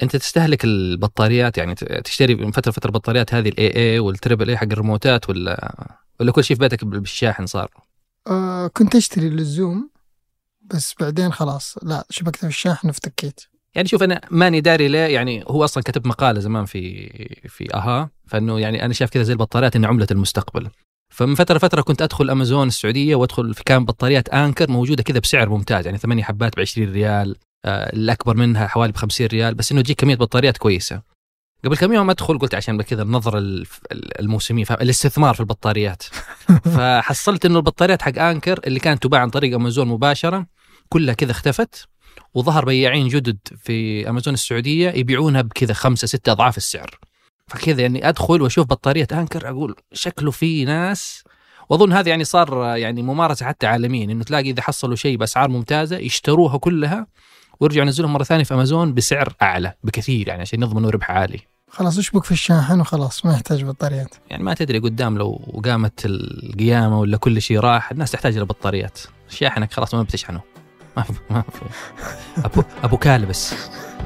أنت تستهلك البطاريات، يعني تشتري من فترة فترة بطاريات هذه AA والتريبل A حق الريموتات، ولا كل شيء في بيتك بالشاحن صار؟ كنت أشتري للزوم بس بعدين خلاص لا شبكته في الشاحن وافتكيت. يعني شوف أنا ماني داري ليه، يعني هو أصلا كتب مقالة زمان في أها، فإنه يعني أنا شايف كذا زي البطاريات إن عملة المستقبل. فمن فترة كنت أدخل أمازون السعودية وأدخل في كان بطاريات أنكر موجودة كذا بسعر ممتاز، يعني 8 حبات ب20 ريال، الأكبر منها حوالي ب50 ريال، بس إنه تجيك كمية بطاريات كويسة. قبل كم يوم أدخل قلت عشان كذا النظرة الموسمية، الاستثمار في البطاريات. فحصلت إنه البطاريات حق أنكر اللي كانت تباع عن طريق أمازون مباشرة كلها كذا اختفت، وظهر بياعين جدد في أمازون السعودية يبيعونها بكذا 5-6 أضعاف السعر. فكذا يعني أدخل وأشوف بطارية أنكر أقول شكله في ناس، وأظن هذا يعني صار يعني ممارسة حتى عالميا، إنه تلاقي إذا حصلوا شيء بأسعار ممتازة يشتروها كلها ويرجعوا ينزلهم مرة ثانية في أمازون بسعر أعلى بكثير، يعني عشان يضمنوا ربح عالي. خلاص اشبك في الشاحن وخلاص ما يحتاج بطاريات. يعني ما تدري قدام لو قامت القيامة ولا كل شيء راح الناس تحتاج إلى بطاريات، شاحنك خلاص ما بتشحنه، ما في أبو كالبس.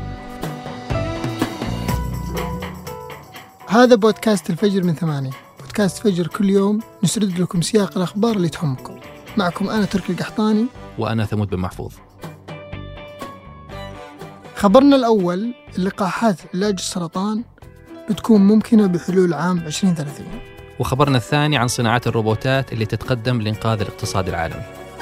هذا بودكاست الفجر من 8، بودكاست فجر كل يوم نسرد لكم سياق الأخبار اللي تهمكم. معكم أنا تركي القحطاني وأنا ثمود بن محفوظ. خبرنا الأول، اللقاحات علاج السرطان بتكون ممكنة بحلول عام 2030. وخبرنا الثاني عن صناعات الروبوتات اللي تتقدم لإنقاذ الاقتصاد العالمي.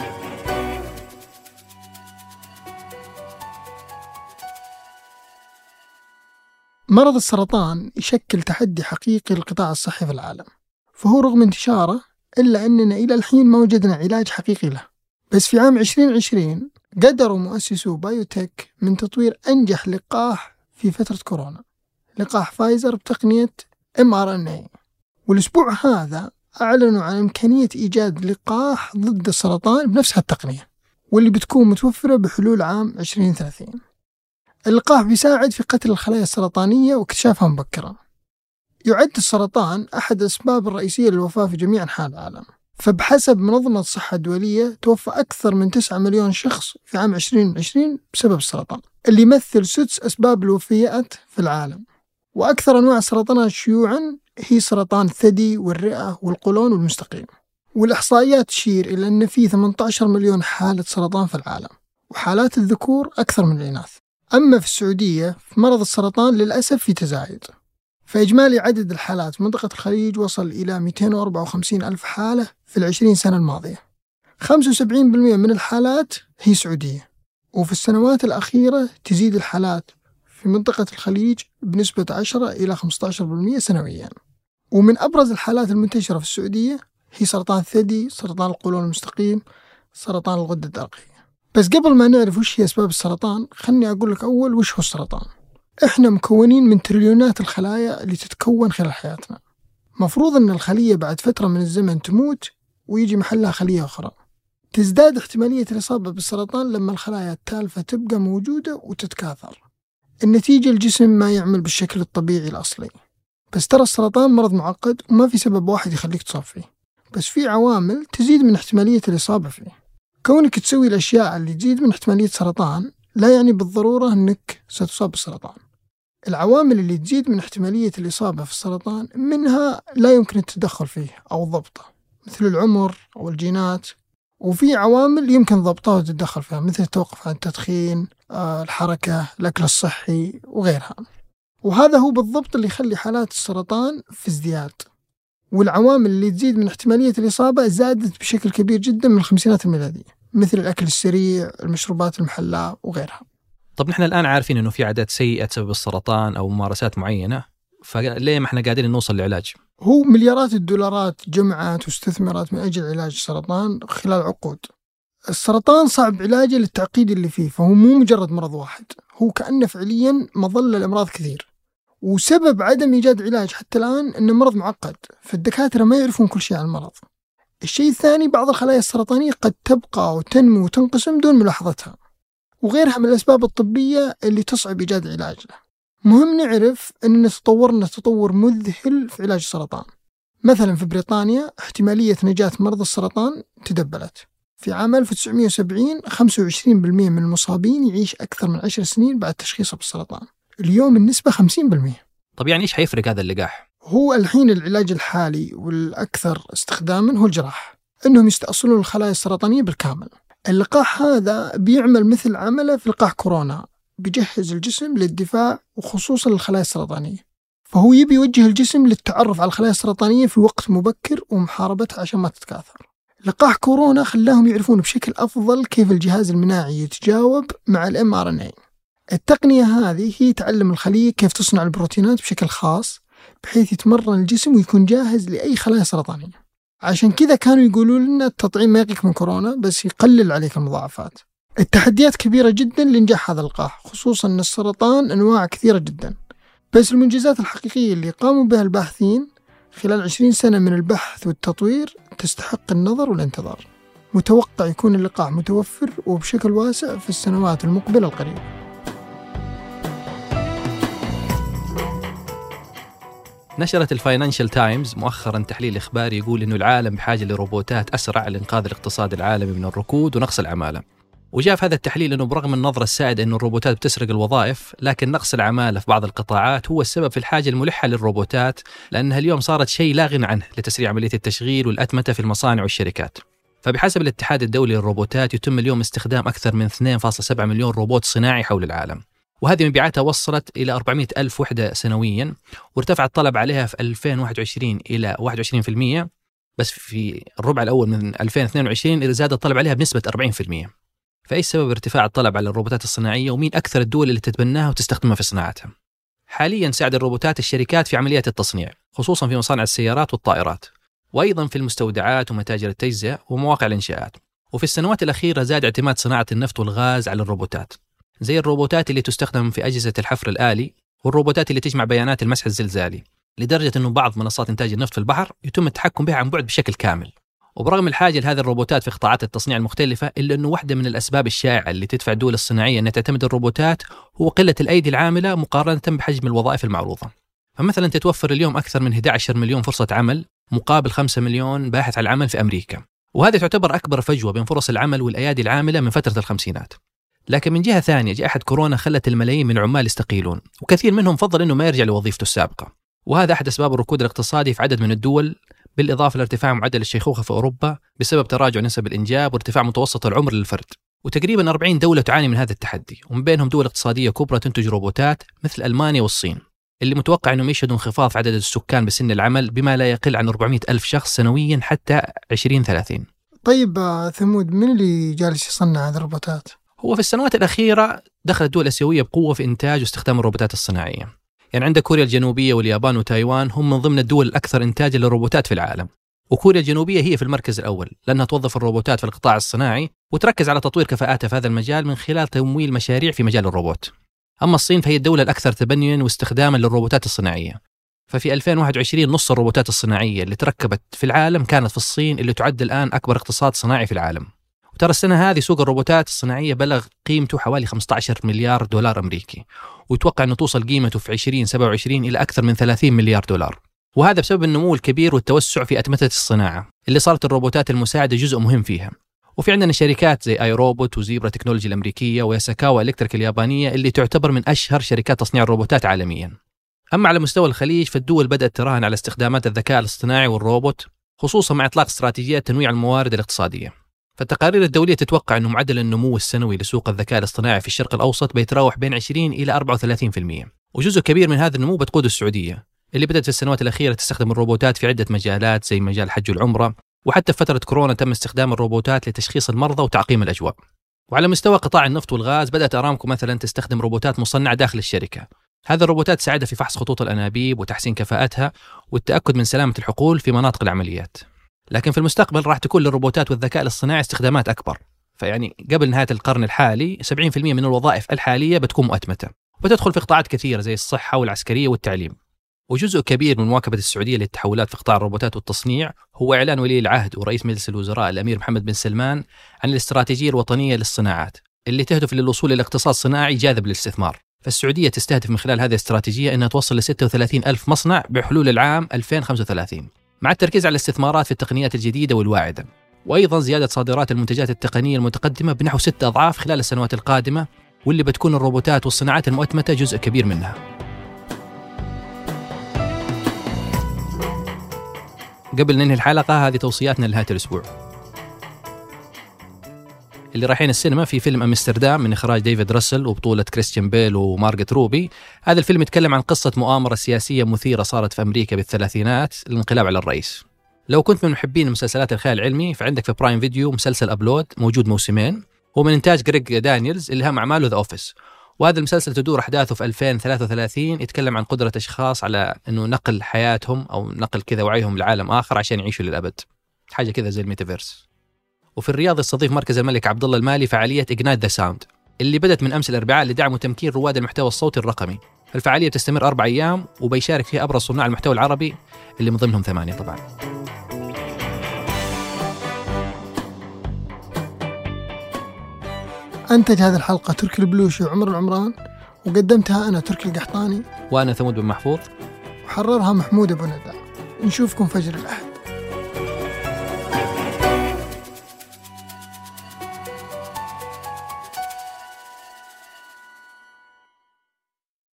مرض السرطان يشكل تحدي حقيقي للقطاع الصحي في العالم، فهو رغم انتشاره إلا أننا إلى الحين ما وجدنا علاج حقيقي له. بس في عام 2020 قدروا مؤسسو بايوتك من تطوير أنجح لقاح في فترة كورونا، لقاح فايزر بتقنية mRNA. والأسبوع هذا أعلنوا عن إمكانية إيجاد لقاح ضد السرطان بنفس هالتقنية، واللي بتكون متوفرة بحلول عام 2030. اللقاح بيساعد في قتل الخلايا السرطانية واكتشافها مبكرا. يعد السرطان أحد الأسباب الرئيسية للوفاة في جميع أنحاء العالم، فبحسب منظمة الصحة الدولية توفى أكثر من 9 مليون شخص في عام 2020 بسبب السرطان، اللي يمثل 6 أسباب الوفيات في العالم. وأكثر أنواع السرطانات شيوعا هي سرطان الثدي والرئة والقولون والمستقيم. والإحصائيات تشير إلى أن في 18 مليون حالة سرطان في العالم، وحالات الذكور أكثر من الإناث. أما في السعودية في مرض السرطان للأسف في تزايد، فإجمالي عدد الحالات في منطقة الخليج وصل إلى 254 ألف حالة في 20 سنة الماضية. 75% من الحالات هي سعودية، وفي السنوات الأخيرة تزيد الحالات في منطقة الخليج بنسبة 10 إلى 15% سنويا. ومن أبرز الحالات المنتشرة في السعودية هي سرطان الثدي، سرطان القولون المستقيم، سرطان الغدة الدرقية. بس قبل ما نعرف وش هي أسباب السرطان خلني أقول لك أول وش هو السرطان. إحنا مكونين من تريليونات الخلايا اللي تتكون خلال حياتنا. مفروض أن الخلية بعد فترة من الزمن تموت ويجي محلها خلية أخرى. تزداد احتمالية الإصابة بالسرطان لما الخلايا التالفة تبقى موجودة وتتكاثر. النتيجة الجسم ما يعمل بالشكل الطبيعي الأصلي. بس ترى السرطان مرض معقد وما في سبب واحد يخليك تصاب فيه، بس في عوامل تزيد من احتمالية الإصابة فيه. كونك تسوي الأشياء اللي تزيد من احتمالية سرطان لا يعني بالضرورة أنك ستصاب بالسرطان. العوامل اللي تزيد من احتمالية الإصابة في السرطان منها لا يمكن التدخل فيه أو ضبطه، مثل العمر أو الجينات. وفي عوامل يمكن ضبطها وتتدخل فيها، مثل التوقف عن التدخين، الحركة، الأكل الصحي وغيرها. وهذا هو بالضبط اللي يخلي حالات السرطان في ازدياد. والعوامل اللي تزيد من احتمالية الإصابة زادت بشكل كبير جدا من الخمسينات الميلادية، مثل الأكل السريع، المشروبات المحلاة وغيرها. طب نحن الآن عارفين إنه في عادات سيئة تسبب السرطان أو ممارسات معينة، فليه ما احنا قاعدين نوصل لعلاج؟ هو مليارات الدولارات جمعت واستثمرت من أجل علاج السرطان خلال عقود. السرطان صعب علاجه للتعقيد اللي فيه، فهو مو مجرد مرض واحد، هو كأنه فعليا مظلة لأمراض كثير. وسبب عدم إيجاد علاج حتى الآن إنه مرض معقد، فالدكاترة ما يعرفون كل شيء عن المرض. الشيء الثاني، بعض الخلايا السرطانية قد تبقى وتنمو وتنقسم دون ملاحظتها، وغيرها من الأسباب الطبية اللي تصعب إيجاد علاج له. مهم نعرف أن تطورنا تطور مذهل في علاج السرطان. مثلا في بريطانيا احتمالية نجاة مرضى السرطان تدبلت. في عام 1970 25% من المصابين يعيش أكثر من 10 سنين بعد تشخيصه بالسرطان. اليوم النسبة 50%. طب يعني إيش حيفرق هذا اللقاح؟ هو الحين العلاج الحالي والأكثر استخداما هو الجراحة، أنهم يستأصلون الخلايا السرطانية بالكامل. اللقاح هذا بيعمل مثل عمله في لقاح كورونا، بيجهز الجسم للدفاع وخصوصا الخلايا السرطانية، فهو يبي يوجه الجسم للتعرف على الخلايا السرطانية في وقت مبكر ومحاربتها عشان ما تتكاثر. لقاح كورونا خلاهم يعرفون بشكل أفضل كيف الجهاز المناعي يتجاوب مع mRNA. التقنية هذه هي تعلم الخلية كيف تصنع البروتينات بشكل خاص بحيث يتمرن الجسم ويكون جاهز لأي خلايا سرطانية. عشان كذا كانوا يقولوا لنا التطعيم ما يقيك من كورونا بس يقلل عليك المضاعفات. التحديات كبيرة جدا لإنجاح هذا اللقاح، خصوصا أن السرطان أنواع كثيرة جدا، بس المنجزات الحقيقية اللي قاموا بها الباحثين خلال 20 سنة من البحث والتطوير تستحق النظر والانتظار. متوقع يكون اللقاح متوفر وبشكل واسع في السنوات المقبلة القريبة. نشرت الفاينانشال تايمز مؤخرا تحليل إخباري يقول إنه العالم بحاجة لروبوتات أسرع لإنقاذ الاقتصاد العالمي من الركود ونقص العمالة. وجاء في هذا التحليل إنه برغم النظرة السائدة إنه الروبوتات بتسرق الوظائف، لكن نقص العمالة في بعض القطاعات هو السبب في الحاجة الملحة للروبوتات، لأنها اليوم صارت شيء لا غنى عنه لتسريع عملية التشغيل والأتمتة في المصانع والشركات. فبحسب الاتحاد الدولي للروبوتات يتم اليوم استخدام أكثر من 2.7 مليون روبوت صناعي حول العالم، وهذه مبيعاتها وصلت إلى 400 ألف وحدة سنويا، وارتفع الطلب عليها في 2021 إلى 21%، بس في الربع الأول من 2022 زاد الطلب عليها بنسبة 40%. فأي سبب ارتفاع الطلب على الروبوتات الصناعية، ومين أكثر الدول اللي تتبناها وتستخدمها في صناعتها؟ حاليا ساعد الروبوتات الشركات في عمليات التصنيع، خصوصا في مصانع السيارات والطائرات، وأيضا في المستودعات ومتاجر التجزئة ومواقع الإنشاءات. وفي السنوات الأخيرة زاد اعتماد صناعة النفط والغاز على الروبوتات، زي الروبوتات اللي تستخدم في أجهزة الحفر الآلي، والروبوتات اللي تجمع بيانات المسح الزلزالي، لدرجة أنه بعض منصات إنتاج النفط في البحر يتم التحكم بها عن بعد بشكل كامل. وبرغم الحاجة لهذه الروبوتات في قطاعات التصنيع المختلفة، إلا أنه واحدة من الأسباب الشائعة اللي تدفع الدول الصناعية أن تعتمد الروبوتات هو قلة الأيدي العاملة مقارنة بحجم الوظائف المعروضة. فمثلا تتوفر اليوم أكثر من 11 مليون فرصة عمل مقابل 5 مليون باحث عن العمل في أمريكا، وهذه تعتبر أكبر فجوة بين فرص العمل والأيادي العاملة من فترة الخمسينات. لكن من جهة ثانية جائحة كورونا خلت الملايين من العمال يستقيلون، وكثير منهم فضل أنه ما يرجع لوظيفته السابقة، وهذا أحد أسباب الركود الاقتصادي في عدد من الدول، بالإضافة لارتفاع معدل الشيخوخة في أوروبا بسبب تراجع نسب الإنجاب وارتفاع متوسط العمر للفرد. وتقريبا 40 دولة تعاني من هذا التحدي، ومن بينهم دول اقتصادية كبرى تنتج روبوتات مثل ألمانيا والصين، اللي متوقع أنهم يشهدوا انخفاض في عدد السكان بسن العمل بما لا يقل عن 400 ألف شخص سنويا حتى 2030. طيب ثمود، من اللي جالس يصنع هذه الروبوتات؟ هو في السنوات الأخيرة دخلت الدول الآسيوية بقوة في إنتاج واستخدام الروبوتات الصناعية. يعني عندك كوريا الجنوبية واليابان وتايوان هم من ضمن الدول الأكثر إنتاجا للروبوتات في العالم، وكوريا الجنوبية هي في المركز الأول لأنها توظف الروبوتات في القطاع الصناعي وتركز على تطوير كفاءاتها في هذا المجال من خلال تمويل مشاريع في مجال الروبوت. أما الصين فهي الدولة الأكثر تبنيا واستخداما للروبوتات الصناعية، ففي 2021 نص الروبوتات الصناعية اللي تركبت في العالم كانت في الصين، اللي تعد الآن أكبر اقتصاد صناعي في العالم. وترى السنة هذه سوق الروبوتات الصناعية بلغ قيمته حوالي 15 مليار دولار أمريكي، ويتوقع أنه توصل قيمته في 2027 إلى أكثر من 30 مليار دولار، وهذا بسبب النمو الكبير والتوسع في أتمتة الصناعة اللي صارت الروبوتات المساعدة جزء مهم فيها. وفي عندنا شركات زي اي روبوت وزيبرا تكنولوجي الأمريكية وياساكاوا إلكتريك اليابانية اللي تعتبر من أشهر شركات تصنيع الروبوتات عالميا. أما على مستوى الخليج فالدول بدأت تراهن على استخدامات الذكاء الاصطناعي والروبوت، خصوصا مع إطلاق استراتيجيات تنويع الموارد الاقتصادية. فالتقارير الدولية تتوقع أنه معدل النمو السنوي لسوق الذكاء الاصطناعي في الشرق الأوسط بيتراوح بين 20 إلى 34%، وجزء كبير من هذا النمو بتقوده السعودية اللي بدأت في السنوات الأخيرة تستخدم الروبوتات في عدة مجالات زي مجال الحج والعمرة، وحتى في فترة كورونا تم استخدام الروبوتات لتشخيص المرضى وتعقيم الأجواء. وعلى مستوى قطاع النفط والغاز بدأت أرامكو مثلا تستخدم روبوتات مصنعة داخل الشركة. هذه الروبوتات تساعدها في فحص خطوط الأنابيب وتحسين كفاءتها والتأكد من سلامة الحقول في مناطق العمليات. لكن في المستقبل راح تكون للروبوتات والذكاء الاصطناعي استخدامات أكبر، فيعني قبل نهاية القرن الحالي 70% من الوظائف الحالية بتكون مؤتمتة وبتدخل في قطاعات كثيرة زي الصحة والعسكرية والتعليم. وجزء كبير من مواكبة السعودية للتحولات في قطاع الروبوتات والتصنيع هو إعلان ولي العهد ورئيس مجلس الوزراء الأمير محمد بن سلمان عن الاستراتيجية الوطنية للصناعات اللي تهدف للوصول إلى اقتصاد صناعي جاذب للاستثمار. فالسعودية تستهدف من خلال هذه الاستراتيجية أنها توصل ل 36 ألف مصنع بحلول العام 2035، مع التركيز على الاستثمارات في التقنيات الجديدة والواعدة، وأيضا زيادة صادرات المنتجات التقنية المتقدمة بنحو 6 أضعاف خلال السنوات القادمة، واللي بتكون الروبوتات والصناعات المؤتمتة جزء كبير منها. قبل ننهي الحلقة هذه توصياتنا لنهاية الأسبوع. اللي رايحين السينما في فيلم أمستردام من إخراج ديفيد راسل وبطولة كريستيان بيل ومارغت روبي. هذا الفيلم يتكلم عن قصة مؤامرة سياسية مثيرة صارت في أمريكا بالثلاثينات للانقلاب على الرئيس. لو كنت من محبين مسلسلات الخيال العلمي فعندك في برايم فيديو مسلسل أبلود موجود موسمين، هو من إنتاج غريغ دانييلز اللي هم أعماله ذا أوفيس. وهذا المسلسل تدور أحداثه في 2033، يتكلم عن قدرة أشخاص على أنه نقل حياتهم أو نقل كذا وعيهم لعالم آخر عشان يعيشوا للأبد، حاجة كذا زي الميتافيرس. وفي الرياض يستضيف مركز الملك عبد الله المالي فعالية إجنايت ذا ساوند اللي بدأت من أمس الأربعاء لدعم وتمكين رواد المحتوى الصوتي الرقمي. الفعالية تستمر 4 أيام وبيشارك فيها أبرز صناع المحتوى العربي اللي من ضمنهم 8 طبعا. أنتج هذه الحلقة تركي البلوشي وعمر العمران، وقدمتها أنا تركي القحطاني وأنا ثمود بن محفوظ، وحررها محمود أبو ندى. نشوفكم فجر الأحد.